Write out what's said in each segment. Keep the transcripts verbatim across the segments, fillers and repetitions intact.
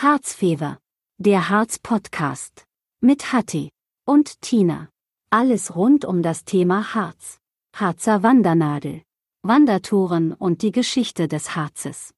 Harzfever. Der Harz-Podcast. Mit Hatti und Tina. Alles rund um das Thema Harz. Harzer Wandernadel. Wandertouren und die Geschichte des Harzes.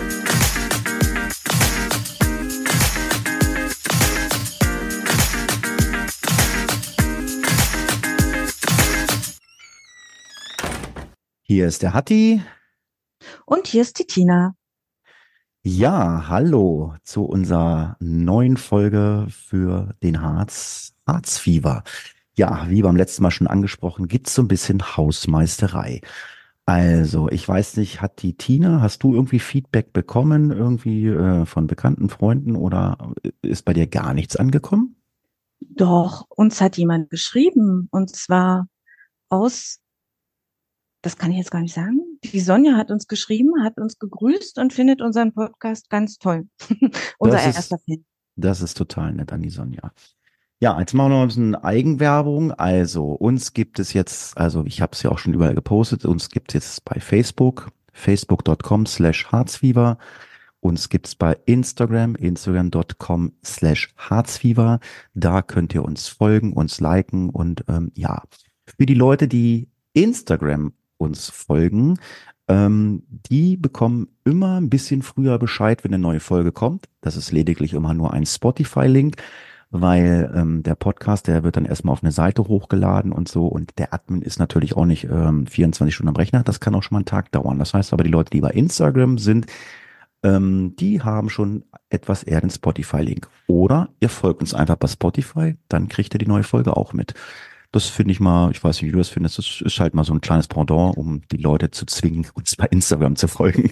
Hier ist der Hatti. Und hier ist die Tina. Ja, hallo zu unserer neuen Folge für den Harz, Harzfieber. Ja, wie beim letzten Mal schon angesprochen, gibt's so ein bisschen Hausmeisterei. Also, ich weiß nicht, hat die Tina, hast du irgendwie Feedback bekommen, irgendwie äh, von bekannten Freunden oder ist bei dir gar nichts angekommen? Doch, uns hat jemand geschrieben, und zwar aus, das kann ich jetzt gar nicht sagen, die Sonja hat uns geschrieben, hat uns gegrüßt und findet unseren Podcast ganz toll. Unser Das erster ist, Fan. das ist total nett an die Sonja. Ja, jetzt machen wir noch ein bisschen Eigenwerbung. Also uns gibt es jetzt, also ich habe es ja auch schon überall gepostet, uns gibt es jetzt bei Facebook, facebook punkt com slash harzfieber. Uns gibt es bei Instagram, instagram punkt com slash harzfieber. Da könnt ihr uns folgen, uns liken und ähm, ja, für die Leute, die Instagram uns folgen, ähm, die bekommen immer ein bisschen früher Bescheid, wenn eine neue Folge kommt. Das ist lediglich immer nur ein Spotify-Link, weil ähm, der Podcast, der wird dann erstmal auf eine Seite hochgeladen und so und der Admin ist natürlich auch nicht ähm, vierundzwanzig Stunden am Rechner, das kann auch schon mal einen Tag dauern. Das heißt aber, die Leute, die bei Instagram sind, ähm, die haben schon etwas eher den Spotify-Link. Oder ihr folgt uns einfach bei Spotify, dann kriegt ihr die neue Folge auch mit. Das finde ich mal, ich weiß nicht, wie du das findest, das ist halt mal so ein kleines Pendant, um die Leute zu zwingen, uns bei Instagram zu folgen.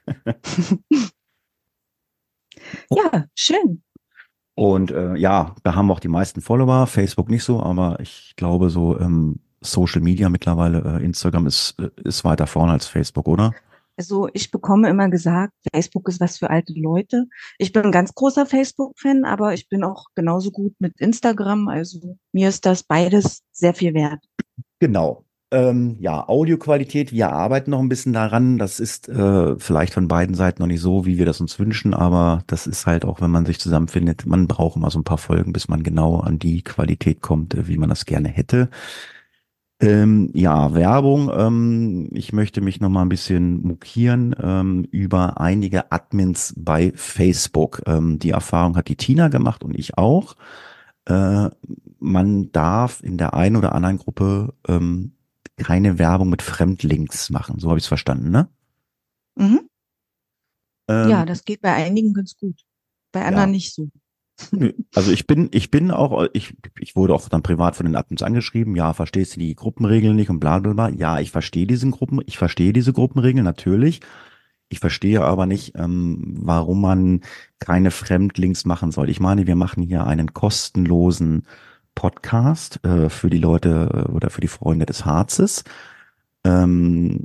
Ja, schön. Und äh, ja, da haben auch die meisten Follower, Facebook nicht so, aber ich glaube so ähm, Social Media mittlerweile, äh, Instagram ist, äh, ist weiter vorne als Facebook, oder? Also ich bekomme immer gesagt, Facebook ist was für alte Leute. Ich bin ein ganz großer Facebook-Fan, aber ich bin auch genauso gut mit Instagram. Also mir ist das beides sehr viel wert. Genau. Ähm, ja, Audioqualität, wir arbeiten noch ein bisschen daran. Das ist äh, vielleicht von beiden Seiten noch nicht so, wie wir das uns wünschen, aber das ist halt auch, wenn man sich zusammenfindet, man braucht immer so ein paar Folgen, bis man genau an die Qualität kommt, äh, wie man das gerne hätte. Ähm, ja, Werbung. Ähm, ich möchte mich noch mal ein bisschen mokieren ähm, über einige Admins bei Facebook. Ähm, die Erfahrung hat die Tina gemacht und ich auch. Äh, Man darf in der einen oder anderen Gruppe ähm, keine Werbung mit Fremdlinks machen. So habe ich es verstanden, ne? Mhm. Ähm, Ja, das geht bei einigen ganz gut, bei anderen ja. nicht so. Nö. Also ich bin, ich bin auch, ich, ich wurde auch dann privat von den Admins angeschrieben, ja, verstehst du die Gruppenregeln nicht und bla bla bla. Ja, ich verstehe diesen Gruppen, ich verstehe diese Gruppenregeln natürlich. Ich verstehe aber nicht, ähm, warum man keine Fremdlinks machen soll. Ich meine, wir machen hier einen kostenlosen Podcast äh, für die Leute äh, oder für die Freunde des Harzes. Ähm,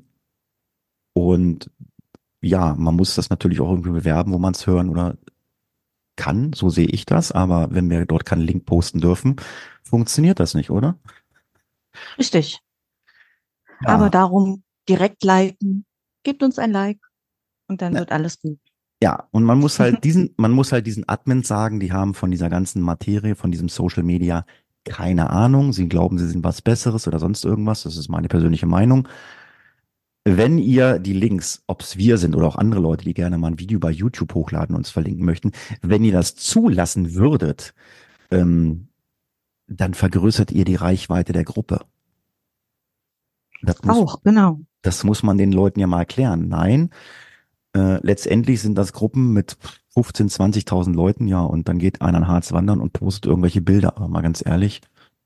und ja, man muss das natürlich auch irgendwie bewerben, wo man es hören oder kann, so sehe ich das, aber wenn wir dort keinen Link posten dürfen, funktioniert das nicht, oder? Richtig. Aber Ja, darum direkt liken, gebt uns ein Like und dann ne, wird alles gut. ja, und man muss halt diesen, man muss halt diesen Admins sagen, die haben von dieser ganzen Materie, von diesem Social Media keine Ahnung. Sie glauben, sie sind was Besseres oder sonst irgendwas. Das ist meine persönliche Meinung. Wenn ihr die Links, ob es wir sind oder auch andere Leute, die gerne mal ein Video bei YouTube hochladen und uns verlinken möchten, wenn ihr das zulassen würdet, ähm, dann vergrößert ihr die Reichweite der Gruppe. Das muss, Auch, genau. das muss man den Leuten ja mal erklären. Nein, äh, letztendlich sind das Gruppen mit fünfzehntausend, zwanzigtausend Leuten, ja, und dann geht einer an Harz wandern und postet irgendwelche Bilder. Aber mal ganz ehrlich,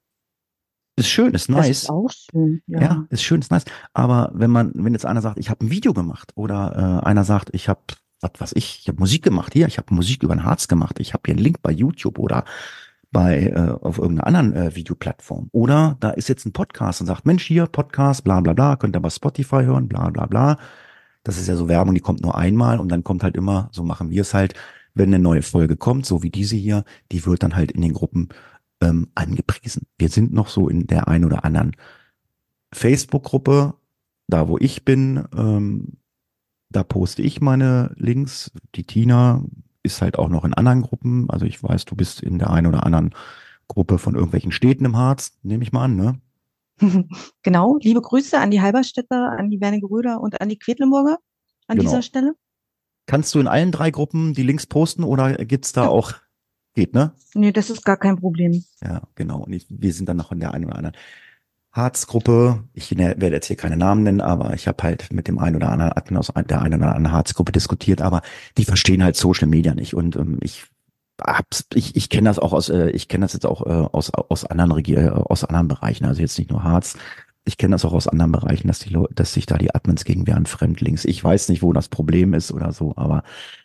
ist schön, ist Das ist nice. auch schön, Ja, ja. ist schön, ist nice. Aber wenn man, wenn jetzt einer sagt, ich habe ein Video gemacht oder äh, einer sagt, ich habe, was weiß ich, ich habe Musik gemacht hier, ich habe Musik über den Harz gemacht, ich habe hier einen Link bei YouTube oder bei äh, auf irgendeiner anderen äh, Videoplattform. Oder da ist jetzt ein Podcast und sagt, Mensch, hier, Podcast, bla bla bla, könnt ihr bei Spotify hören, bla bla bla. Das ist ja so Werbung, die kommt nur einmal und dann kommt halt immer, so machen wir es halt, wenn eine neue Folge kommt, so wie diese hier, die wird dann halt in den Gruppen ähm, angepriesen. Wir sind noch so in der einen oder anderen Facebook-Gruppe, da wo ich bin, ähm, da poste ich meine Links. Die Tina ist halt auch noch in anderen Gruppen. Also ich weiß, du bist in der einen oder anderen Gruppe von irgendwelchen Städten im Harz, nehme ich mal an, ne? Genau, liebe Grüße an die Halberstädter, an die Wernigeröder und an die Quedlinburger an dieser Genau. Stelle. Kannst du in allen drei Gruppen die Links posten oder gibt's da Ja, auch, geht, ne? nee, das ist gar kein Problem. Ja, genau. Und ich, wir sind dann noch in der einen oder anderen Harzgruppe. Ich ne- werde jetzt hier keine Namen nennen, aber ich habe halt mit dem einen oder anderen Admin aus ein- der einen oder anderen Harzgruppe diskutiert, aber die verstehen halt Social Media nicht. Und ähm, ich hab's, ich, ich kenne das auch aus, äh, ich kenne das jetzt auch äh, aus, aus anderen Regi äh, aus anderen Bereichen, also jetzt nicht nur Harz. Ich kenne das auch aus anderen Bereichen, dass die Leute, dass sich da die Admins gegen wehren, Fremdlings. Ich weiß nicht, wo das Problem ist oder so, aber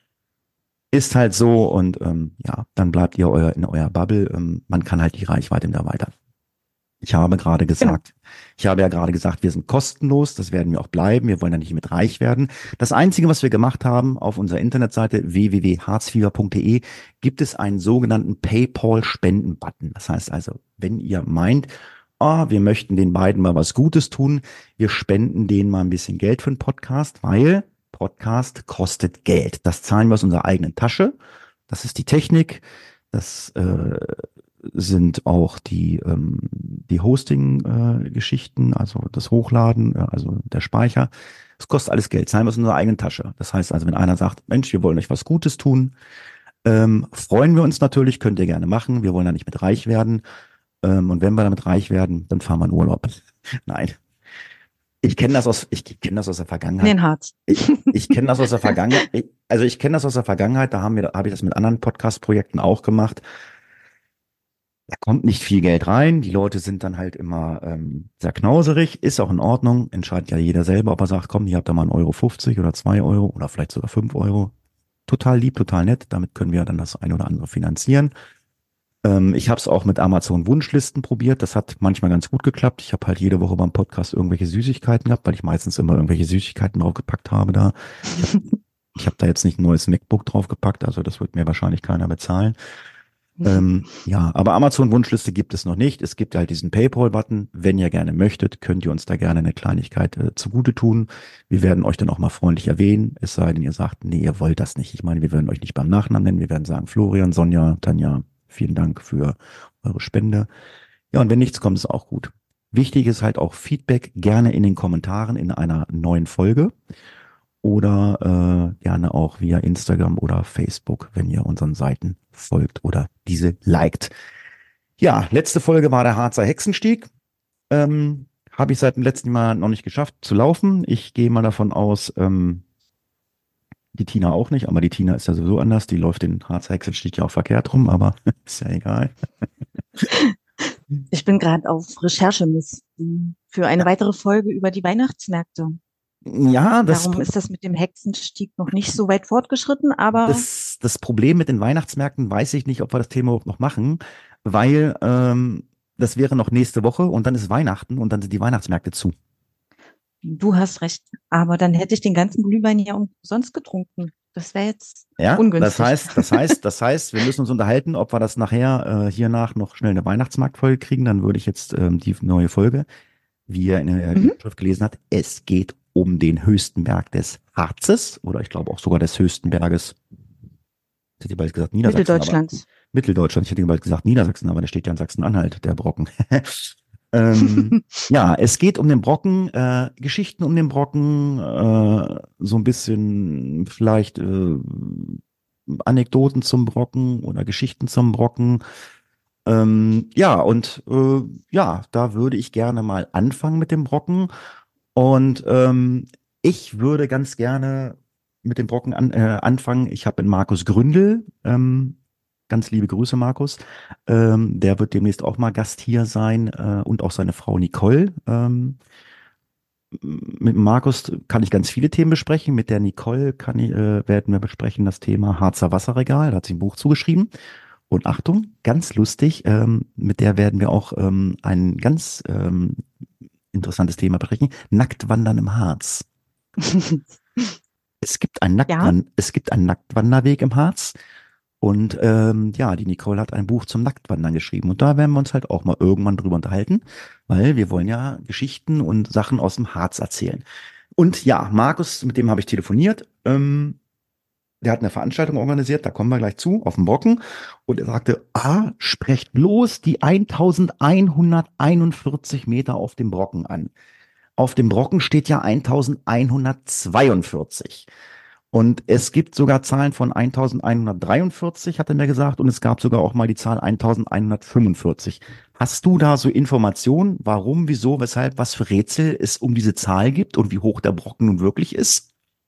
ist halt so und ähm, ja, dann bleibt ihr euer, in eurer Bubble. Ähm, man kann halt die Reichweite da weiter. Ich habe gerade Genau. gesagt, ich habe ja gerade gesagt, wir sind kostenlos, das werden wir auch bleiben, wir wollen ja nicht mit reich werden. Das Einzige, was wir gemacht haben, auf unserer Internetseite w w w punkt harzfieber punkt de gibt es einen sogenannten PayPal-Spenden-Button. Das heißt also, wenn ihr meint, oh, wir möchten den beiden mal was Gutes tun, wir spenden denen mal ein bisschen Geld für den Podcast, weil Podcast kostet Geld. Das zahlen wir aus unserer eigenen Tasche. Das ist die Technik. Das äh, sind auch die, ähm, die Hosting-Geschichten, also das Hochladen, äh, also der Speicher. Das kostet alles Geld, zahlen wir aus unserer eigenen Tasche. Das heißt also, wenn einer sagt, Mensch, wir wollen euch was Gutes tun, ähm, freuen wir uns natürlich, könnt ihr gerne machen. Wir wollen da nicht mit reich werden. Ähm, und wenn wir damit reich werden, dann fahren wir in Urlaub. Nein. Ich kenne das aus, ich kenne das aus der In Vergangenheit. den Harz. Ich, ich kenne das aus der Vergangenheit. Ich, also ich kenne das aus der Vergangenheit. Da haben wir, habe ich das mit anderen Podcast-Projekten auch gemacht. Da kommt nicht viel Geld rein. Die Leute sind dann halt immer ähm, sehr knauserig. Ist auch in Ordnung. Entscheidet ja jeder selber, ob er sagt, komm, ihr habt da mal einen Euro fünfzig oder zwei Euro oder vielleicht sogar fünf Euro. Total lieb, total nett. Damit können wir dann das ein oder andere finanzieren. Ähm, ich habe es auch mit Amazon Wunschlisten probiert. Das hat manchmal ganz gut geklappt. Ich habe halt jede Woche beim Podcast irgendwelche Süßigkeiten gehabt, weil ich meistens immer irgendwelche Süßigkeiten draufgepackt habe da. Ich habe ich hab da jetzt nicht ein neues MacBook draufgepackt, also das wird mir wahrscheinlich keiner bezahlen. Ähm, ja, aber Amazon Wunschliste gibt es noch nicht. Es gibt halt diesen PayPal-Button. Wenn ihr gerne möchtet, könnt ihr uns da gerne eine Kleinigkeit äh, zugute tun. Wir werden euch dann auch mal freundlich erwähnen, es sei denn, ihr sagt, nee, ihr wollt das nicht. Ich meine, wir werden euch nicht beim Nachnamen nennen. Wir werden sagen, Florian, Sonja, Tanja, vielen Dank für eure Spende. Ja, und wenn nichts kommt, ist auch gut. Wichtig ist halt auch Feedback gerne in den Kommentaren in einer neuen Folge oder äh, gerne auch via Instagram oder Facebook, wenn ihr unseren Seiten folgt oder diese liked. Ja, letzte Folge war der Harzer Hexenstieg. Ähm, habe ich seit dem letzten Mal noch nicht geschafft zu laufen. Ich gehe mal davon aus, ähm, die Tina auch nicht, aber die Tina ist ja sowieso anders. Die läuft den Harzer Hexenstieg ja auch verkehrt rum, aber ist ja egal. Ich bin gerade auf Recherchemission für eine Ja, weitere Folge über die Weihnachtsmärkte. ja das, Darum ist das mit dem Hexenstieg noch nicht so weit fortgeschritten, aber das, das Problem mit den Weihnachtsmärkten weiß ich nicht, ob wir das Thema überhaupt noch machen, weil ähm, das wäre noch nächste Woche und dann ist Weihnachten und dann sind die Weihnachtsmärkte zu. du hast recht. Aber dann hätte ich den ganzen Glühwein ja umsonst getrunken. Das wäre jetzt Ja, das ungünstig. heißt, das heißt, das heißt, wir müssen uns unterhalten, ob wir das nachher äh, hiernach noch schnell eine Weihnachtsmarktfolge kriegen. Dann würde ich jetzt ähm, die neue Folge, wie ihr in der Mhm. Überschrift gelesen habt, es geht um den höchsten Berg des Harzes oder ich glaube auch sogar des höchsten Berges, ich hätte bald gesagt Niedersachsen, aber Mitteldeutschlands. Mitteldeutschland, ich hätte bald gesagt Niedersachsen, aber der steht ja in Sachsen-Anhalt, der Brocken. ähm, ja, es geht um den Brocken, äh, Geschichten um den Brocken, äh, so ein bisschen vielleicht äh, Anekdoten zum Brocken oder Geschichten zum Brocken. Ähm, ja, und äh, ja, da würde ich gerne mal anfangen mit dem Brocken. Und ähm, ich würde ganz gerne mit dem Brocken an, äh, anfangen. Ich habe in Markus Gründel, ähm, ganz liebe Grüße, Markus. Ähm, der wird demnächst auch mal Gast hier sein äh, und auch seine Frau Nicole. Ähm, mit Markus kann ich ganz viele Themen besprechen. Mit der Nicole kann ich, äh, werden wir besprechen das Thema Harzer Wasserregal. Da hat sie ein Buch zugeschrieben. Und Achtung, ganz lustig, ähm, mit der werden wir auch ähm, ein ganz ähm, interessantes Thema besprechen. Nacktwandern im Harz. Es gibt einen Ja, Nacktwand es gibt einen Nacktwanderweg im Harz. Und ähm, ja, die Nicole hat ein Buch zum Nacktwandern geschrieben. Und da werden wir uns halt auch mal irgendwann drüber unterhalten, weil wir wollen ja Geschichten und Sachen aus dem Harz erzählen. Und ja, Markus, mit dem habe ich telefoniert. Ähm, der hat eine Veranstaltung organisiert, da kommen wir gleich zu, auf dem Brocken. Und er sagte, ah, sprecht bloß die eintausendeinhunderteinundvierzig Meter auf dem Brocken an. Auf dem Brocken steht ja eintausendeinhundertzweiundvierzig. Und es gibt sogar Zahlen von eintausendeinhundertdreiundvierzig, hat er mir gesagt, und es gab sogar auch mal die Zahl eintausendeinhundertfünfundvierzig. Hast du da so Informationen, warum, wieso, weshalb, was für Rätsel es um diese Zahl gibt und wie hoch der Brocken nun wirklich ist?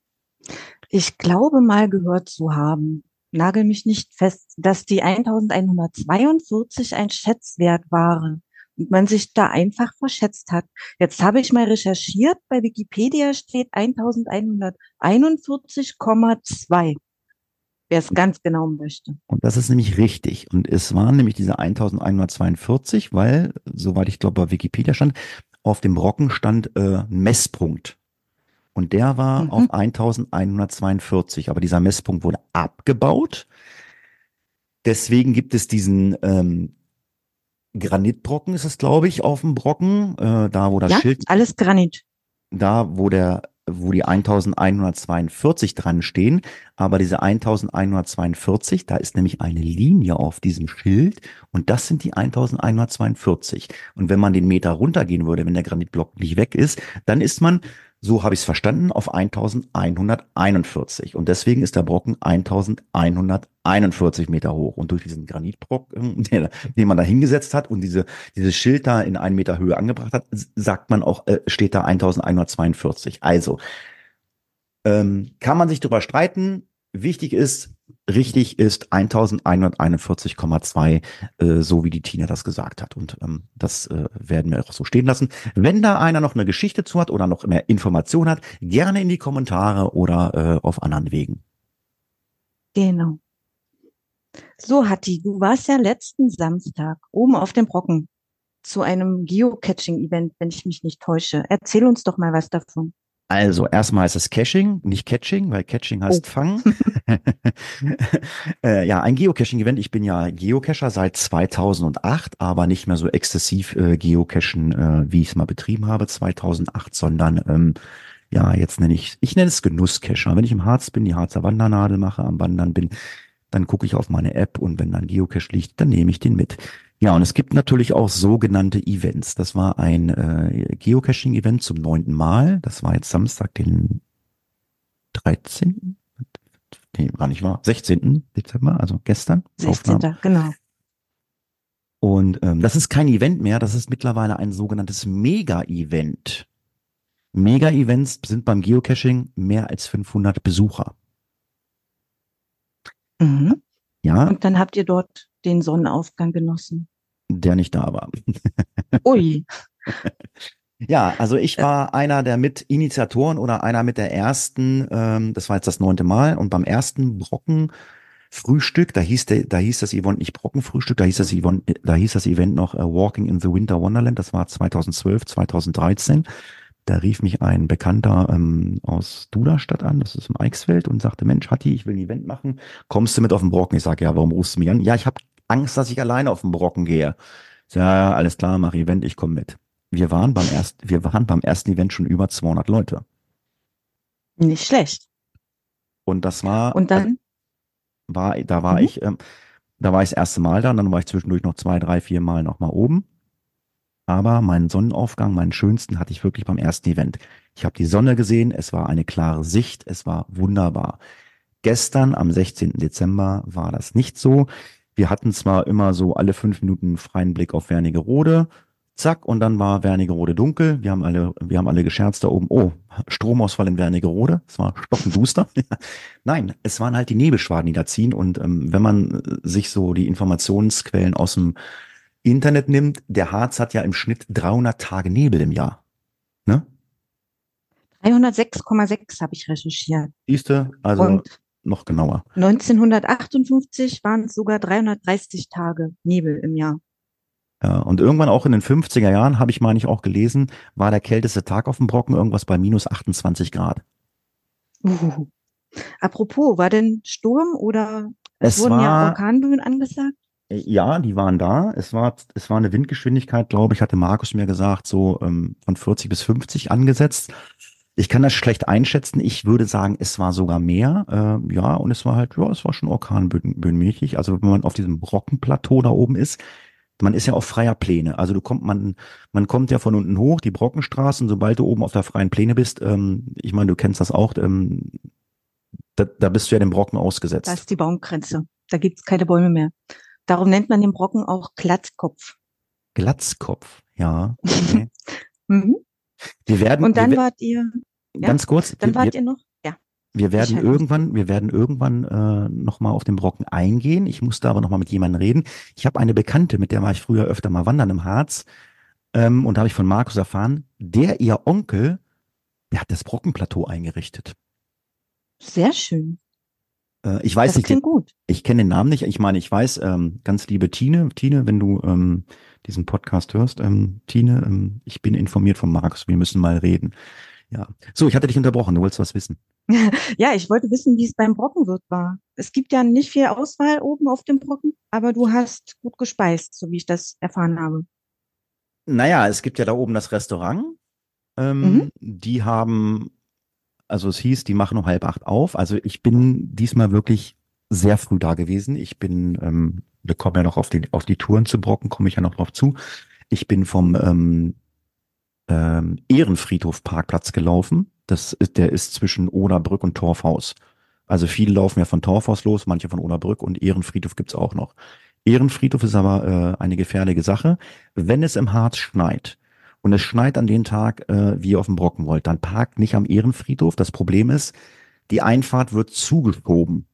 Ich glaube mal gehört zu haben, nagel mich nicht fest, dass die eintausendeinhundertzweiundvierzig ein Schätzwert waren und man sich da einfach verschätzt hat. Jetzt habe ich mal recherchiert, bei Wikipedia steht eintausendeinhunderteinundvierzig Komma zwei, wer es ganz genau möchte. Und das ist nämlich richtig. Und es waren nämlich diese eintausendeinhundertzweiundvierzig, weil, soweit ich glaube, bei Wikipedia stand, auf dem Brocken stand äh, ein Messpunkt. Und der war Mhm. auf eintausendeinhundertzweiundvierzig. Aber dieser Messpunkt wurde abgebaut. Deswegen gibt es diesen ähm, Granitbrocken, ist es, glaube ich, auf dem Brocken. Äh, da, wo das Ja, Schild, alles Granit. da, wo der, wo die eintausendeinhundertzweiundvierzig dran stehen. Aber diese eintausendeinhundertzweiundvierzig, da ist nämlich eine Linie auf diesem Schild. Und das sind die eintausendeinhundertzweiundvierzig. Und wenn man den Meter runtergehen würde, wenn der Granitblock nicht weg ist, dann ist man, so habe ich es verstanden, auf eintausendeinhunderteinundvierzig. Und deswegen ist der Brocken eintausendeinhunderteinundvierzig Meter hoch. Und durch diesen Granitbrocken, den, den man da hingesetzt hat und diese, dieses Schild da in einen Meter Höhe angebracht hat, sagt man auch, äh, steht da eintausendeinhundertzweiundvierzig. Also, ähm, kann man sich darüber streiten. Wichtig ist, richtig ist eintausendeinhunderteinundvierzig Komma zwei, äh, so wie die Tina das gesagt hat. Und ähm, das äh, werden wir auch so stehen lassen. Wenn da einer noch eine Geschichte zu hat oder noch mehr Information hat, gerne in die Kommentare oder äh, auf anderen Wegen. Genau. So, Hatti, du warst ja letzten Samstag oben auf dem Brocken zu einem Geocaching-Event, wenn ich mich nicht täusche. Erzähl uns doch mal was davon. Also erstmal heißt es Caching, nicht Catching, weil Catching heißt Oh. Fangen. äh, ja, ein Geocaching-Event. Ich bin ja Geocacher seit zweitausendacht, aber nicht mehr so exzessiv äh, Geocachen, äh, wie ich es mal betrieben habe, zweitausendacht, sondern ähm, ja, jetzt nenne ich, ich nenne es Genusscacher. Wenn ich im Harz bin, die Harzer Wandernadel mache, am Wandern bin, dann gucke ich auf meine App und wenn dann Geocache liegt, dann nehme ich den mit. Ja, und es gibt natürlich auch sogenannte Events. Das war ein äh, Geocaching-Event zum neunten Mal. Das war jetzt Samstag, den dreizehnten Nee, gar nicht wahr. sechzehnten Dezember, also gestern. Aufnahme. sechzehnten Genau. Und ähm, das ist kein Event mehr, das ist mittlerweile ein sogenanntes Mega-Event. Mega-Events sind beim Geocaching mehr als fünfhundert Besucher. Mhm. Ja, Und dann habt ihr dort den Sonnenaufgang genossen. der nicht da war. Ui. Ja, also ich war einer der Mitinitiatoren oder einer mit der ersten, ähm, das war jetzt das neunte Mal, und beim ersten Brocken-Frühstück, da hieß der, da hieß das Event nicht Brockenfrühstück, da hieß das Event, da hieß das Event noch uh, Walking in the Winter Wonderland, das war zweitausendzwölf, zweitausenddreizehn. Da rief mich ein Bekannter ähm, aus Duderstadt an, das ist im Eichsfeld, und sagte, Mensch, Hatti, ich will ein Event machen, kommst du mit auf den Brocken? Ich sage, ja, warum rufst du mich an? Ja, ich habe Angst, dass ich alleine auf den Brocken gehe. Ich sag, ja, ja, alles klar, mach Event, ich komme mit. Wir waren beim ersten, wir waren beim ersten Event schon über zweihundert Leute. Nicht schlecht. Und das war, Und dann? war, da war Mhm. ich, ähm, da war ich das erste Mal da, und dann war ich zwischendurch noch zwei, drei, vier Mal noch mal oben. Aber meinen Sonnenaufgang, meinen schönsten, hatte ich wirklich beim ersten Event. Ich habe die Sonne gesehen, es war eine klare Sicht, es war wunderbar. Gestern, am sechzehnten Dezember, war das nicht so. Wir hatten zwar immer so alle fünf Minuten freien Blick auf Wernigerode, zack, und dann war Wernigerode dunkel. Wir haben alle, wir haben alle gescherzt da oben, oh, Stromausfall in Wernigerode. Es war stockenduster. Nein, es waren halt die Nebelschwaden, die da ziehen. Und ähm, wenn man sich so die Informationsquellen aus dem Internet nimmt, der Harz hat ja im Schnitt dreihundert Tage Nebel im Jahr. Ne? dreihundertsechs Komma sechs habe ich recherchiert. Siehste, also Und noch genauer. neunzehnhundertachtundfünfzig waren es sogar dreihundertdreißig Tage Nebel im Jahr. Ja, und irgendwann auch in den fünfziger Jahren, habe ich meine ich auch gelesen, war der kälteste Tag auf dem Brocken irgendwas bei minus achtundzwanzig Grad. Uh. Apropos, war denn Sturm oder es, Es wurden ja war, Orkanböen angesagt? ja, die waren da. Es war, es war eine Windgeschwindigkeit, glaube ich, hatte Markus mir gesagt, so ähm, von vierzig bis fünfzig angesetzt. Ich kann das schlecht einschätzen. Ich würde sagen, es war sogar mehr. Äh, ja, und es war halt, ja, es war schon orkanböenmäßig. Also wenn man auf diesem Brockenplateau da oben ist, man ist ja auf freier Pläne. Also du kommt, man, man kommt ja von unten hoch, die Brockenstraße, und sobald du oben auf der freien Pläne bist, ähm, ich meine, du kennst das auch, ähm, da, da bist du ja dem Brocken Da ausgesetzt. ist die Baumgrenze. Da gibt's keine Bäume mehr. Darum nennt man den Brocken auch Glatzkopf. Glatzkopf, ja, okay. Mhm. Wir werden, Und wir, dann we- wart ihr, ja, ganz kurz, dann wir, wir, wart ihr noch, ja, wir ich werden höre noch. irgendwann, wir werden irgendwann äh, nochmal auf den Brocken eingehen. Ich musste aber nochmal mit jemandem reden. Ich habe eine Bekannte, mit der war ich früher öfter mal wandern im Harz. Ähm, und da habe ich von Markus erfahren, der ihr Onkel, der hat das Brockenplateau eingerichtet. Sehr schön. Äh, ich weiß Das nicht, den, klingt gut. ich kenne den Namen nicht. Ich meine, ich weiß, ähm, ganz liebe Tine, Tine, wenn du ähm, diesen Podcast hörst, ähm, Tine, ähm, ich bin informiert von Markus, wir müssen mal reden. Ja. So, ich hatte dich unterbrochen, du wolltest was wissen. Ja, ich wollte wissen, wie es beim Brockenwirt war. Es gibt ja nicht viel Auswahl oben auf dem Brocken, aber du hast gut gespeist, so wie ich das erfahren habe. Naja, es gibt ja da oben das Restaurant. Mhm. Ähm, die haben, also es hieß, die machen um halb acht auf. Also ich bin diesmal wirklich sehr früh da gewesen. Ich bin, ähm, wir kommen ja noch auf die, auf die Touren zu Brocken, komme ich ja noch drauf zu. Ich bin vom ähm, ähm, Ehrenfriedhof Parkplatz gelaufen. Das ist, der ist zwischen Oderbrück und Torfhaus. Also viele laufen ja von Torfhaus los, manche von Oderbrück, und Ehrenfriedhof gibt's auch noch. Ehrenfriedhof ist aber äh, eine gefährliche Sache. Wenn es im Harz schneit und es schneit an den Tag, äh, wie ihr auf dem Brocken wollt, dann parkt nicht am Ehrenfriedhof. Das Problem ist, die Einfahrt wird zugeschoben.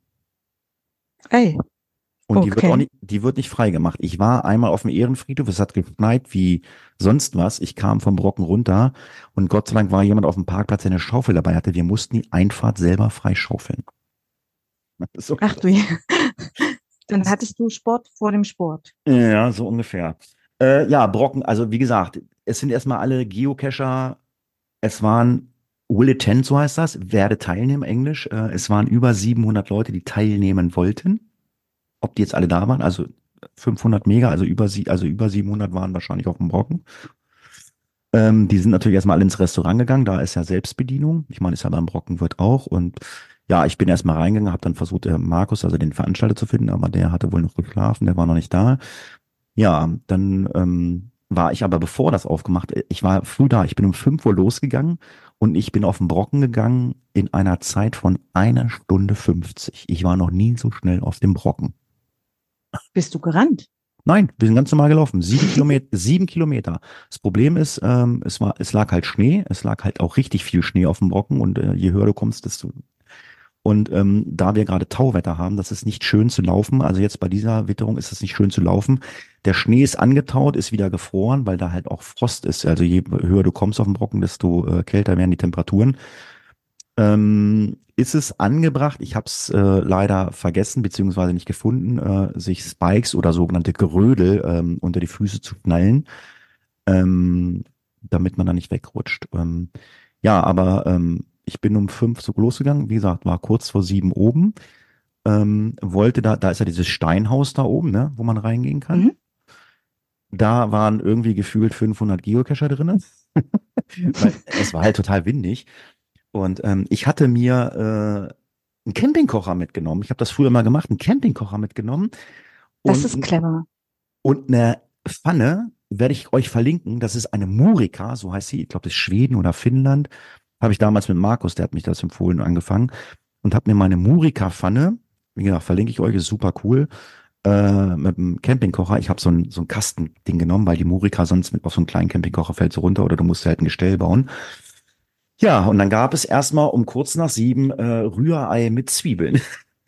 Ey, Und die wird auch okay. nicht, die wird nicht freigemacht. Ich war einmal auf dem Ehrenfriedhof, es hat geschneit wie sonst was. Ich kam vom Brocken runter und Gott sei Dank war jemand auf dem Parkplatz, der eine Schaufel dabei hatte. Wir mussten die Einfahrt selber freischaufeln. So, Ach du, je. Dann hattest du Sport vor dem Sport. ja, so ungefähr. Äh, ja, Brocken, also wie gesagt, es sind erstmal alle Geocacher, es waren Will Attend, so heißt das, werde teilnehmen, Englisch. Äh, es waren über siebenhundert Leute, die teilnehmen wollten. Ob die jetzt alle da waren, also fünfhundert Mega, also über sie, also über siebenhundert waren wahrscheinlich auf dem Brocken. Ähm, die sind natürlich erstmal alle ins Restaurant gegangen, da ist ja Selbstbedienung. Ich meine, ist ja beim Brockenwirt auch. Und ja, ich bin erstmal reingegangen, habe dann versucht, äh, Markus, also den Veranstalter zu finden, aber der hatte wohl noch geschlafen, der war noch nicht da. Ja, dann ähm, war ich aber, bevor das aufgemacht, äh, ich war früh da, ich bin um fünf Uhr losgegangen und ich bin auf den Brocken gegangen in einer Zeit von einer Stunde fünfzig. Ich war noch nie so schnell auf dem Brocken. Bist du gerannt? Nein, wir sind ganz normal gelaufen. Sieben Kilometer, sieben Kilometer. Das Problem ist, ähm, es war, es lag halt Schnee. Es lag halt auch richtig viel Schnee auf dem Brocken, und äh, je höher du kommst, desto. Und ähm, da wir gerade Tauwetter haben, das ist nicht schön zu laufen. Also jetzt bei dieser Witterung ist es nicht schön zu laufen. Der Schnee ist angetaut, ist wieder gefroren, weil da halt auch Frost ist. Also je höher du kommst auf dem Brocken, desto äh, kälter werden die Temperaturen. Ähm, ist es angebracht, ich habe es äh, leider vergessen beziehungsweise nicht gefunden, äh, sich Spikes oder sogenannte Gerödel ähm, unter die Füße zu knallen, ähm, damit man da nicht wegrutscht. Ähm, ja, aber ähm, ich bin um fünf so losgegangen, wie gesagt, war kurz vor sieben oben, ähm, wollte da, da ist ja dieses Steinhaus da oben, ne, wo man reingehen kann. Mhm. Da waren irgendwie gefühlt fünfhundert Geocacher drinnen, weil es war halt total windig. Und ähm, ich hatte mir äh, einen Campingkocher mitgenommen. Ich habe das früher mal gemacht, einen Campingkocher mitgenommen Das ist und, clever. und eine Pfanne werde ich euch verlinken. Das ist eine Murika, so heißt sie. Ich glaube, das ist Schweden oder Finnland. Habe ich damals mit Markus, der hat mich das empfohlen, angefangen und habe mir meine Murika-Pfanne, wie gesagt, verlinke ich euch, ist super cool, äh, mit dem Campingkocher. Ich habe so ein, so ein Kastending genommen, weil die Murika sonst mit auf so einen kleinen Campingkocher fällt so runter oder du musst halt ein Gestell bauen. Ja, und dann gab es erstmal um kurz nach sieben äh, Rührei mit Zwiebeln.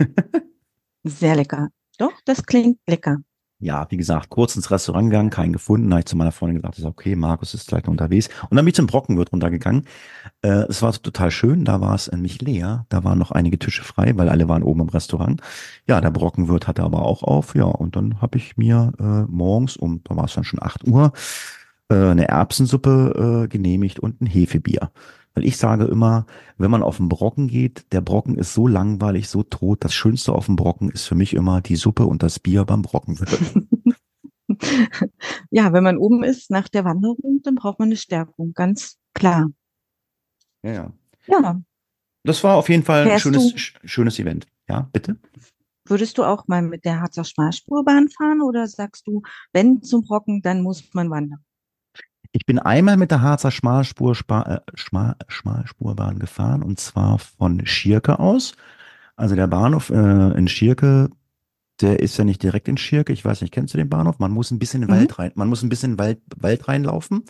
Sehr lecker. Doch, das klingt lecker. Ja, wie gesagt, kurz ins Restaurant gegangen, keinen gefunden. Da habe ich zu meiner Freundin gesagt, ist okay, Markus ist gleich noch unterwegs. Und dann bin ich zum Brockenwirt runtergegangen. Äh, es war total schön, da war es nämlich leer. Da waren noch einige Tische frei, weil alle waren oben im Restaurant. Ja, der Brockenwirt hatte aber auch auf. Ja, und dann habe ich mir äh, morgens um, da war es dann schon acht Uhr, äh, eine Erbsensuppe äh, genehmigt und ein Hefebier. Weil ich sage immer, wenn man auf den Brocken geht, der Brocken ist so langweilig, so tot. Das Schönste auf dem Brocken ist für mich immer die Suppe und das Bier beim Brockenwirt. Ja, wenn man oben ist nach der Wanderung, dann braucht man eine Stärkung, ganz klar. Ja, ja. Ja, Das war auf jeden Fall ein fährst schönes, du, sch- schönes Event. Ja, bitte? würdest du auch mal mit der Harzer Schmalspurbahn fahren oder sagst du, wenn zum Brocken, dann muss man wandern? Ich bin einmal mit der Harzer Schmalspur, Spa- äh, Schmal, Schmalspurbahn gefahren und zwar von Schierke aus. Also der Bahnhof äh, in Schierke, der ist ja nicht direkt in Schierke. Ich weiß nicht, kennst du den Bahnhof? Man muss ein bisschen in den Mhm. Wald rein, man muss ein bisschen in den Wald, Wald reinlaufen.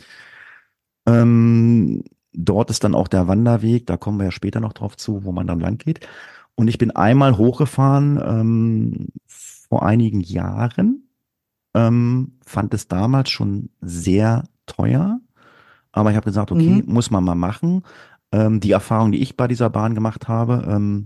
Ähm, dort ist dann auch der Wanderweg, da kommen wir ja später noch drauf zu, wo man dann lang geht. Und ich bin einmal hochgefahren ähm, vor einigen Jahren, ähm, fand es damals schon sehr teuer, aber ich habe gesagt, okay, Mhm. muss man mal machen. Ähm, die Erfahrung, die ich bei dieser Bahn gemacht habe, ähm,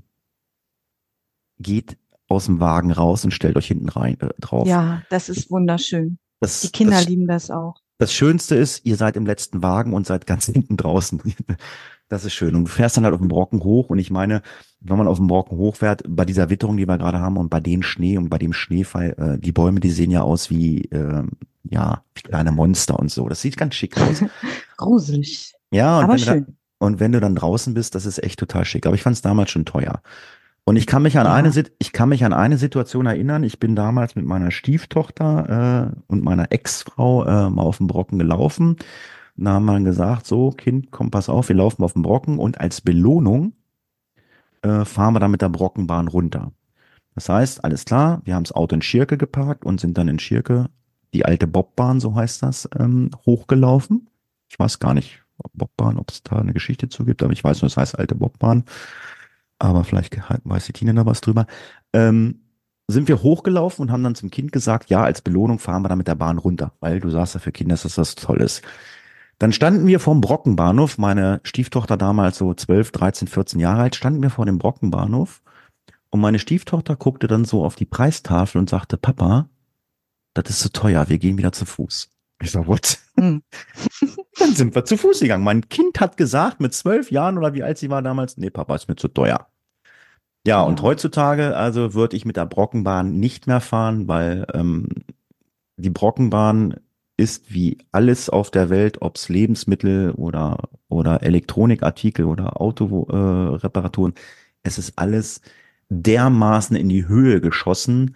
geht aus dem Wagen raus und stellt euch hinten rein äh, drauf. Ja, das ist wunderschön. Die Das, Kinder das, lieben das auch. das Schönste ist, ihr seid im letzten Wagen und seid ganz hinten draußen. Das ist schön. Und du fährst dann halt auf dem Brocken hoch. Und ich meine, wenn man auf dem Brocken hochfährt, bei dieser Witterung, die wir gerade haben und bei dem Schnee und bei dem Schneefall, äh, die Bäume, die sehen ja aus wie, äh, ja, wie kleine Monster und so. Das sieht ganz schick aus. Gruselig, Ja, und aber wenn du da, schön. und wenn du dann draußen bist, das ist echt total schick. Aber ich fand es damals schon teuer. Und ich kann mich an eine, Ja. Sit- ich kann mich an eine Situation erinnern. Ich bin damals mit meiner Stieftochter äh, und meiner Ex-Frau äh, mal auf dem Brocken gelaufen. Da haben wir gesagt, so Kind, komm, pass auf, wir laufen auf dem Brocken und als Belohnung äh, fahren wir dann mit der Brockenbahn runter. Das heißt, alles klar, wir haben das Auto in Schirke geparkt und sind dann in Schirke, die alte Bobbahn, so heißt das, ähm, hochgelaufen. Ich weiß gar nicht, ob Bobbahn, ob es da eine Geschichte zu gibt, aber ich weiß nur, es heißt alte Bobbahn. Aber vielleicht weiß die Tina da was drüber. Ähm, sind wir hochgelaufen und haben dann zum Kind gesagt, ja, als Belohnung fahren wir dann mit der Bahn runter, weil du sagst ja für Kinder, dass das toll ist. Dann standen wir vorm Brockenbahnhof, meine Stieftochter damals so zwölf, dreizehn, vierzehn Jahre alt, standen wir vor dem Brockenbahnhof und meine Stieftochter guckte dann so auf die Preistafel und sagte, Papa, das ist zu teuer, wir gehen wieder zu Fuß. Ich sag, what? Hm. Dann sind wir zu Fuß gegangen. Mein Kind hat gesagt, mit zwölf Jahren oder wie alt sie war damals, nee, Papa, ist mir zu teuer. Ja, und Ja. heutzutage also würde ich mit der Brockenbahn nicht mehr fahren, weil ähm, die Brockenbahn ist wie alles auf der Welt, ob es Lebensmittel oder, oder Elektronikartikel oder Autoreparaturen, äh, Reparaturen, es ist alles dermaßen in die Höhe geschossen,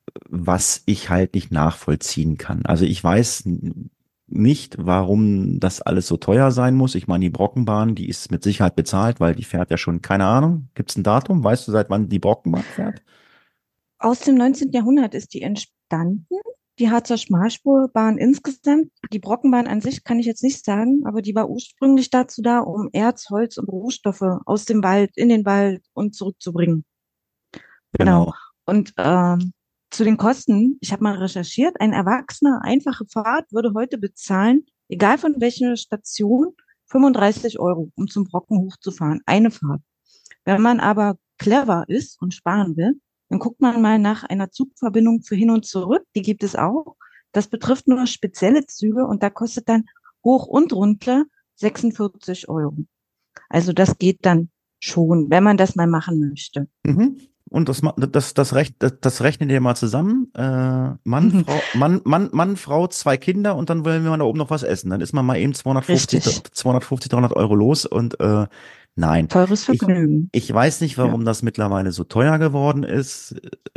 was ich halt nicht nachvollziehen kann. Also ich weiß n- nicht, warum das alles so teuer sein muss. Ich meine, die Brockenbahn, die ist mit Sicherheit bezahlt, weil die fährt ja schon, keine Ahnung, gibt es ein Datum? Weißt du, seit wann die Brockenbahn fährt? Aus dem neunzehnten. Jahrhundert ist die entstanden, die Harzer Schmalspurbahn insgesamt. Die Brockenbahn an sich kann ich jetzt nicht sagen, aber die war ursprünglich dazu da, um Erz, Holz und Rohstoffe aus dem Wald in den Wald und zurückzubringen. Genau. Genau. Und ähm, zu den Kosten, ich habe mal recherchiert, ein Erwachsener einfache Fahrt würde heute bezahlen, egal von welcher Station, fünfunddreißig Euro, um zum Brocken hochzufahren. Eine Fahrt. Wenn man aber clever ist und sparen will, dann guckt man mal nach einer Zugverbindung für hin und zurück. Die gibt es auch. Das betrifft nur spezielle Züge und da kostet dann hoch und runter sechsundvierzig Euro. Also das geht dann schon, wenn man das mal machen möchte. Mhm. Und das, ma- das, das, rech, das, das rechnen wir mal zusammen. Äh, Mann, Frau, Mann, Mann, Mann, Frau, zwei Kinder und dann wollen wir mal da oben noch was essen. Dann ist man mal eben zweihundertfünfzig, Richtig. zweihundertfünfzig, dreihundert Euro los und äh, nein. Teures Ich, Vergnügen. ich weiß nicht, Ja. warum das mittlerweile so teuer geworden ist,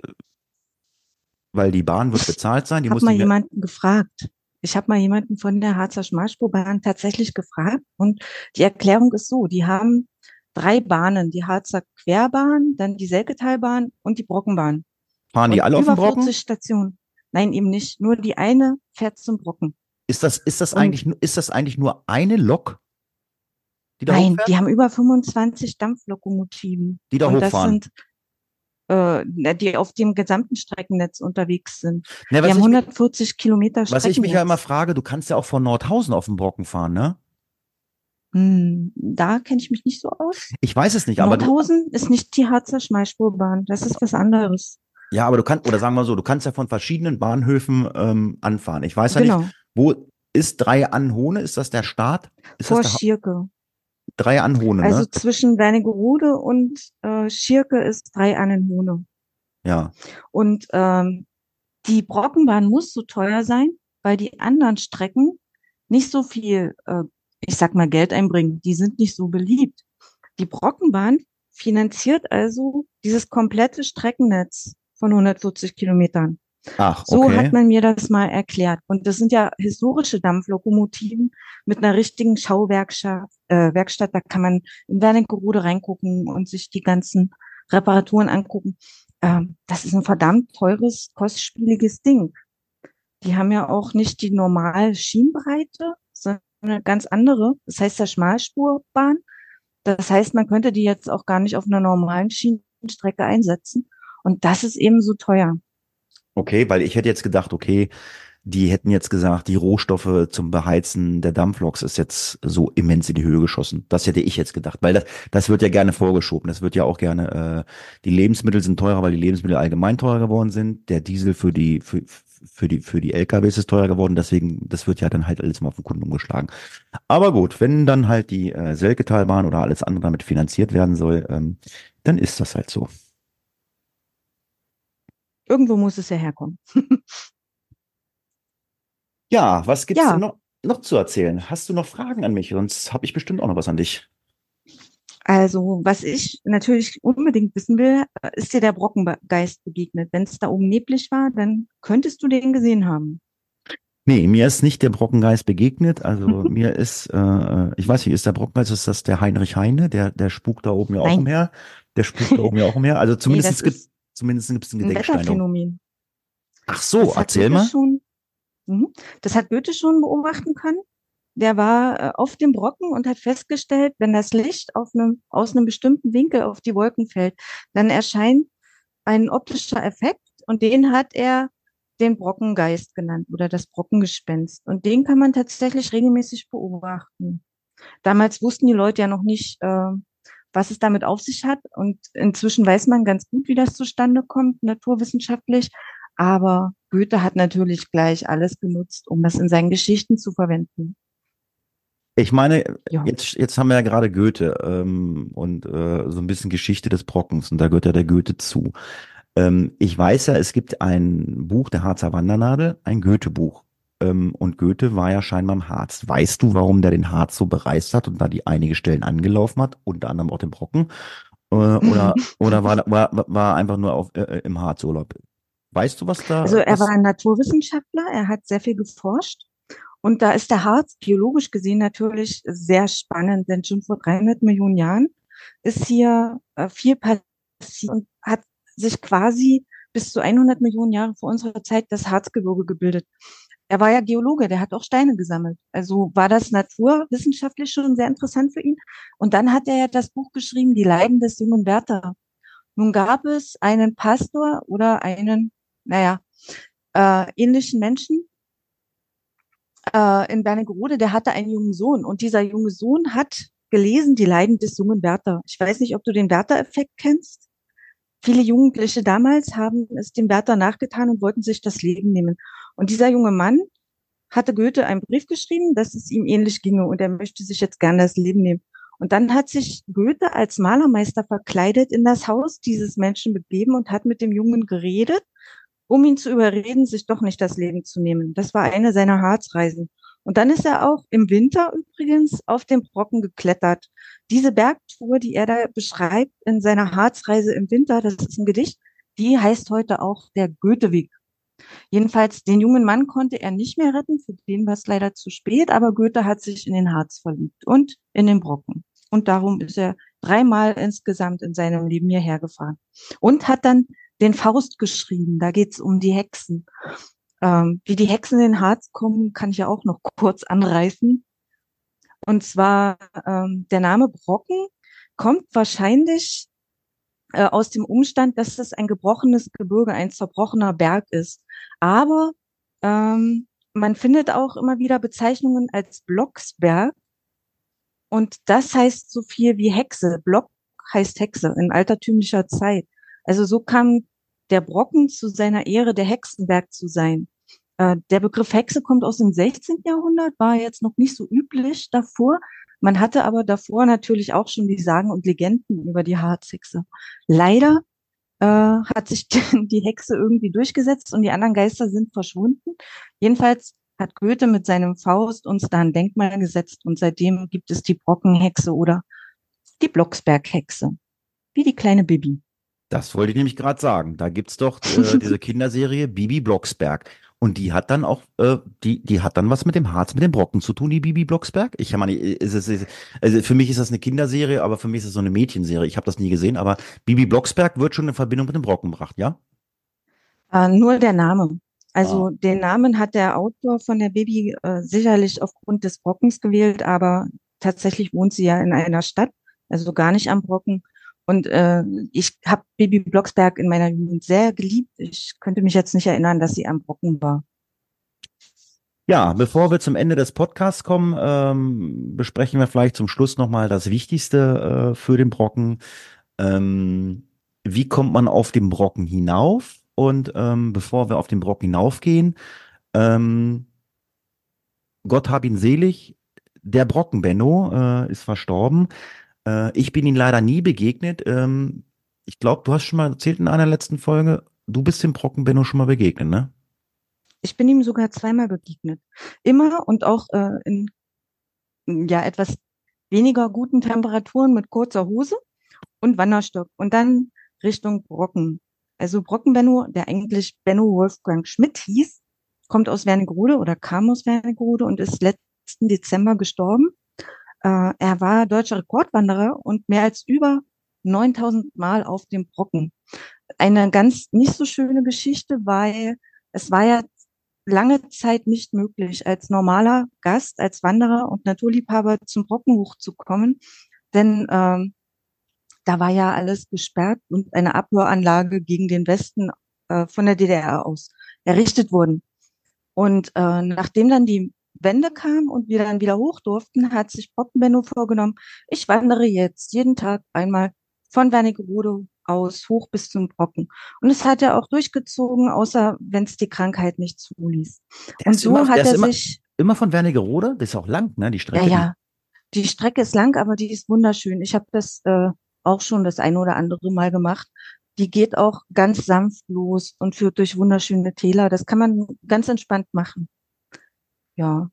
weil die Bahn wird bezahlt sein, die Hab muss mal nicht mehr. jemanden gefragt. Ich habe mal jemanden von der Harzer Schmalspurbahn tatsächlich gefragt und die Erklärung ist so, die haben drei Bahnen, die Harzer Querbahn, dann die Selketalbahn und die Brockenbahn Fahren die und alle auf dem über Brocken? vierzig Stationen. Nein, eben nicht, nur die eine fährt zum Brocken. Ist das, ist das Und eigentlich, nu- ist das eigentlich nur eine Lok, die da nein, hochfährt? die haben über fünfundzwanzig Dampflokomotiven Die da und das hochfahren? sind äh, die auf dem gesamten Streckennetz unterwegs sind. Ne, Die was haben ich, mi- hundertvierzig Kilometer was ich mich ja immer Streckennetz. frage, du kannst ja auch von Nordhausen auf dem Brocken fahren, ne? Hm, da kenne ich mich nicht so aus. Ich weiß es nicht, aber du, Nordhausen ist nicht die Harzer Schmalspurbahn. Das ist was anderes. ja, aber du kannst, oder sagen wir so, du kannst ja von verschiedenen Bahnhöfen ähm, anfahren. Ich weiß ja nicht, Genau. wo ist Drei-Anhone? Ist das der Start? Ist das Vor der Ha- Schierke. Drei-Anhone, Also ne? zwischen Wernigerode und äh, Schierke ist Drei-Annenhohne. Ja. Und ähm, die Brockenbahn muss so teuer sein, weil die anderen Strecken nicht so viel, äh, ich sag mal, Geld einbringen. Die sind nicht so beliebt. Die Brockenbahn finanziert also dieses komplette Streckennetz von hundertvierzig Kilometern. Ach, So hat okay. man mir das mal erklärt. Und das sind ja historische Dampflokomotiven mit einer richtigen Schauwerkstatt. Äh, Werkstatt. Da kann man in Wernigerode reingucken und sich die ganzen Reparaturen angucken. Ähm, das ist ein verdammt teures, kostspieliges Ding. Die haben ja auch nicht die normale Schienenbreite, sondern eine ganz andere. Das heißt ja Schmalspurbahn. Das heißt, man könnte die jetzt auch gar nicht auf einer normalen Schienenstrecke einsetzen. Und das ist eben so teuer. Okay, weil ich hätte jetzt gedacht, okay, die hätten jetzt gesagt, die Rohstoffe zum Beheizen der Dampfloks ist jetzt so immens in die Höhe geschossen. Das hätte ich jetzt gedacht, weil das, das wird ja gerne vorgeschoben. Das wird ja auch gerne, äh, die Lebensmittel sind teurer, weil die Lebensmittel allgemein teurer geworden sind. Der Diesel für die, für, für die, für die L K Ws ist teurer geworden. Deswegen, das wird ja dann halt alles mal auf den Kunden umgeschlagen. Aber gut, wenn dann halt die äh, Selketalbahn oder alles andere damit finanziert werden soll, ähm, dann ist das halt so. Irgendwo muss es ja herkommen. Ja, was gibt's denn Ja, noch, noch zu erzählen? Hast du noch Fragen an mich? Sonst habe ich bestimmt auch noch was an dich. also was ich natürlich unbedingt wissen will, äh, ist dir der Brockengeist begegnet? Wenn es da oben neblig war, dann könntest du den gesehen haben. Nee, mir ist nicht der Brockengeist begegnet. Also mir ist, äh, äh, ich weiß nicht, ist der Brockengeist, ist das der Heinrich Heine? Der, der spukt da oben ja auch Nein. umher. Der spukt da oben ja auch umher. Also Nee, das zumindest gibt, ist zumindest gibt es einen ein Gedenkstein da oben. Wetterphänomen. Ach so, Das hat erzähl Goethe mal. schon, mhm. Das hat Goethe schon beobachten können. Der war äh, auf dem Brocken und hat festgestellt, wenn das Licht auf einem, aus einem bestimmten Winkel auf die Wolken fällt, dann erscheint ein optischer Effekt und den hat er den Brockengeist genannt oder das Brockengespenst. Und den kann man tatsächlich regelmäßig beobachten. Damals wussten die Leute ja noch nicht, äh, was es damit auf sich hat. Und inzwischen weiß man ganz gut, wie das zustande kommt, naturwissenschaftlich. Aber Goethe hat natürlich gleich alles genutzt, um das in seinen Geschichten zu verwenden. Ich meine, Ja. jetzt, jetzt haben wir ja gerade Goethe ähm, und äh, so ein bisschen Geschichte des Brockens und da gehört ja der Goethe zu. Ähm, ich weiß ja, es gibt ein Buch der Harzer Wandernadel, ein Goethe-Buch. Ähm, und Goethe war ja scheinbar im Harz. Weißt du, warum der den Harz so bereist hat und da die einige Stellen angelaufen hat, unter anderem auch den Brocken? Äh, oder oder war, war, war einfach nur auf, äh, im Harzurlaub? Weißt du, was Also da, er war was? ein Naturwissenschaftler, er hat sehr viel geforscht. Und da ist der Harz biologisch gesehen natürlich sehr spannend, denn schon vor dreihundert Millionen Jahren ist hier äh, viel passiert und hat sich quasi bis zu hundert Millionen Jahre vor unserer Zeit das Harzgebirge gebildet. Er war ja Geologe, der hat auch Steine gesammelt. Also war das naturwissenschaftlich schon sehr interessant für ihn. Und dann hat er ja das Buch geschrieben, Die Leiden des jungen Werther. Nun gab es einen Pastor oder einen, naja, äh, ähnlichen Menschen, äh, in Wernigerode, der hatte einen jungen Sohn und dieser junge Sohn hat gelesen Die Leiden des jungen Werther. Ich weiß nicht, ob du den Werther-Effekt kennst. Viele Jugendliche damals haben es dem Werther nachgetan und wollten sich das Leben nehmen. Und dieser junge Mann hatte Goethe einen Brief geschrieben, dass es ihm ähnlich ginge und er möchte sich jetzt gerne das Leben nehmen. Und dann hat sich Goethe als Malermeister verkleidet in das Haus dieses Menschen begeben und hat mit dem Jungen geredet, um ihn zu überreden, sich doch nicht das Leben zu nehmen. Das war eine seiner Harzreisen. Und dann ist er auch im Winter übrigens auf den Brocken geklettert. Diese Bergtour, die er da beschreibt in seiner Harzreise im Winter, das ist ein Gedicht, die heißt heute auch der Goetheweg. Jedenfalls den jungen Mann konnte er nicht mehr retten, für den war es leider zu spät, aber Goethe hat sich in den Harz verliebt und in den Brocken. Und darum ist er dreimal insgesamt in seinem Leben hierher gefahren. Und hat dann den Faust geschrieben. Da geht's um die Hexen. Ähm, wie die Hexen in den Harz kommen, kann ich ja auch noch kurz anreißen. Und zwar ähm, der Name Brocken kommt wahrscheinlich äh, aus dem Umstand, dass es ein gebrochenes Gebirge, ein zerbrochener Berg ist. Aber ähm, man findet auch immer wieder Bezeichnungen als Blocksberg und das heißt so viel wie Hexe. Block heißt Hexe in altertümlicher Zeit. Also so kam der Brocken zu seiner Ehre, der Hexenberg zu sein. Äh, der Begriff Hexe kommt aus dem sechzehnten. Jahrhundert, war jetzt noch nicht so üblich davor. Man hatte aber davor natürlich auch schon die Sagen und Legenden über die Harzhexe. Leider äh, hat sich die Hexe irgendwie durchgesetzt und die anderen Geister sind verschwunden. Jedenfalls hat Goethe mit seinem Faust uns da ein Denkmal gesetzt und seitdem gibt es die Brockenhexe oder Die Blocksberg-Hexe. Wie die kleine Bibi. Das wollte ich nämlich gerade sagen. Da gibt's doch äh, diese Kinderserie Bibi Blocksberg. Und die hat dann auch, äh, die, die hat dann was mit dem Harz, mit dem Brocken zu tun, die Bibi Blocksberg. Ich meine, ist es, ist, also für mich ist das eine Kinderserie, aber für mich ist es so eine Mädchenserie. Ich habe das nie gesehen, aber Bibi Blocksberg wird schon in Verbindung mit dem Brocken gebracht, ja? Äh, nur der Name. Ah. Also den Namen hat der Autor von der Bibi äh, sicherlich aufgrund des Brockens gewählt, aber tatsächlich wohnt sie ja in einer Stadt, also gar nicht am Brocken. Und äh, ich habe Bibi Blocksberg in meiner Jugend sehr geliebt. Ich könnte mich jetzt nicht erinnern, dass sie am Brocken war. Ja, bevor wir zum Ende des Podcasts kommen, ähm, besprechen wir vielleicht zum Schluss nochmal das Wichtigste äh, für den Brocken. Ähm, wie kommt man auf den Brocken hinauf? Und ähm, bevor wir auf den Brocken hinaufgehen, ähm, Gott hab ihn selig, der Brocken-Benno äh, ist verstorben. Äh, ich bin ihm leider nie begegnet. Ähm, ich glaube, du hast schon mal erzählt in einer letzten Folge, du bist dem Brocken-Benno schon mal begegnet, ne? Ich bin ihm sogar zweimal begegnet. Immer und auch äh, in ja etwas weniger guten Temperaturen mit kurzer Hose und Wanderstock und dann Richtung Brocken. Also Brocken-Benno, der eigentlich Benno Wolfgang Schmidt hieß, kommt aus Wernigerode oder kam aus Wernigerode und ist letzten Dezember gestorben. Äh, er war deutscher Rekordwanderer und mehr als über neuntausend Mal auf dem Brocken. Eine ganz nicht so schöne Geschichte, weil es war ja lange Zeit nicht möglich, als normaler Gast, als Wanderer und Naturliebhaber zum Brocken hochzukommen, denn ähm, da war ja alles gesperrt und eine Abhöranlage gegen den Westen äh, von der D D R aus errichtet wurden. Und äh, nachdem dann die Wende kam und wir dann wieder hoch durften, hat sich Brocken-Benno vorgenommen, ich wandere jetzt jeden Tag einmal von Wernigerode aus hoch bis zum Brocken. Und das hat er auch durchgezogen, außer wenn es die Krankheit nicht zuließ. Der Und ist immer, so der hat ist er immer, sich, immer von Wernigerode, das ist auch lang, ne, die ja, Strecke, die. ja, die Strecke ist lang, aber die ist wunderschön. Ich habe das äh, auch schon das ein oder andere Mal gemacht. Die geht auch ganz sanft los und führt durch wunderschöne Täler. Das kann man ganz entspannt machen. Ja.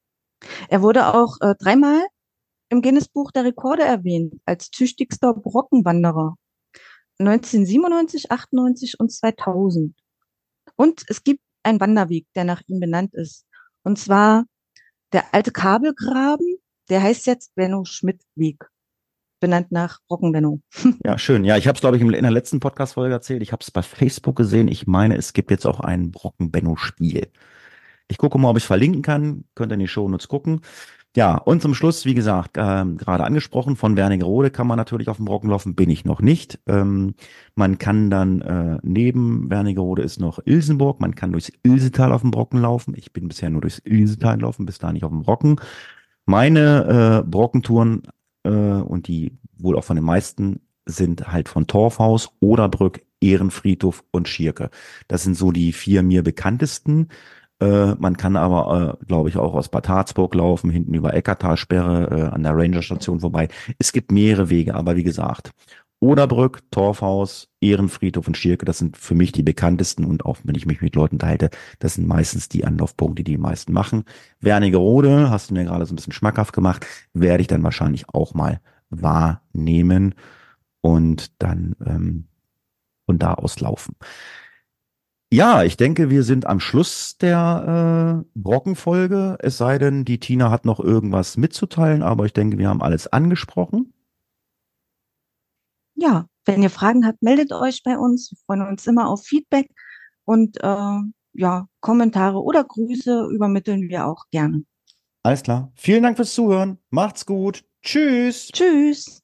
Er wurde auch äh, dreimal im Guinness-Buch der Rekorde erwähnt als tüchtigster Brockenwanderer. neunzehnhundertsiebenundneunzig, achtundneunzig und zweitausend. Und es gibt einen Wanderweg, der nach ihm benannt ist. Und zwar der alte Kabelgraben, der heißt jetzt Benno-Schmidt-Weg, benannt nach Brocken-Benno. Ja, schön. Ja, ich habe es, glaube ich, in der letzten Podcast-Folge erzählt. Ich habe es bei Facebook gesehen. Ich meine, es gibt jetzt auch ein Brocken-Benno-Spiel. Ich gucke mal, ob ich es verlinken kann. Könnt ihr in die Shownotes gucken. Ja, und zum Schluss, wie gesagt, ähm, gerade angesprochen, von Wernigerode kann man natürlich auf dem Brocken laufen, bin ich noch nicht. Ähm, man kann dann äh, neben Wernigerode ist noch Ilsenburg, man kann durchs Ilsetal auf dem Brocken laufen. Ich bin bisher nur durchs Ilsetal gelaufen, bis da nicht auf dem Brocken. Meine äh, Brockentouren äh, und die wohl auch von den meisten sind halt von Torfhaus, Oderbrück, Ehrenfriedhof und Schierke. Das sind so die vier mir bekanntesten. Äh, man kann aber, äh, glaube ich, auch aus Bad Harzburg laufen, hinten über Eckartalsperre, äh, an der Rangerstation vorbei. Es gibt mehrere Wege, aber wie gesagt, Oderbrück, Torfhaus, Ehrenfriedhof und Schierke, das sind für mich die bekanntesten und auch wenn ich mich mit Leuten unterhalte, das sind meistens die Anlaufpunkte, die die meisten machen. Wernigerode, hast du mir gerade so ein bisschen schmackhaft gemacht, werde ich dann wahrscheinlich auch mal wahrnehmen und dann ähm, von da aus laufen. Ja, ich denke, wir sind am Schluss der äh, Brockenfolge. Es sei denn, die Tina hat noch irgendwas mitzuteilen, aber ich denke, wir haben alles angesprochen. Ja, wenn ihr Fragen habt, meldet euch bei uns. Wir freuen uns immer auf Feedback und äh, ja, Kommentare oder Grüße übermitteln wir auch gerne. Alles klar. Vielen Dank fürs Zuhören. Macht's gut. Tschüss. Tschüss.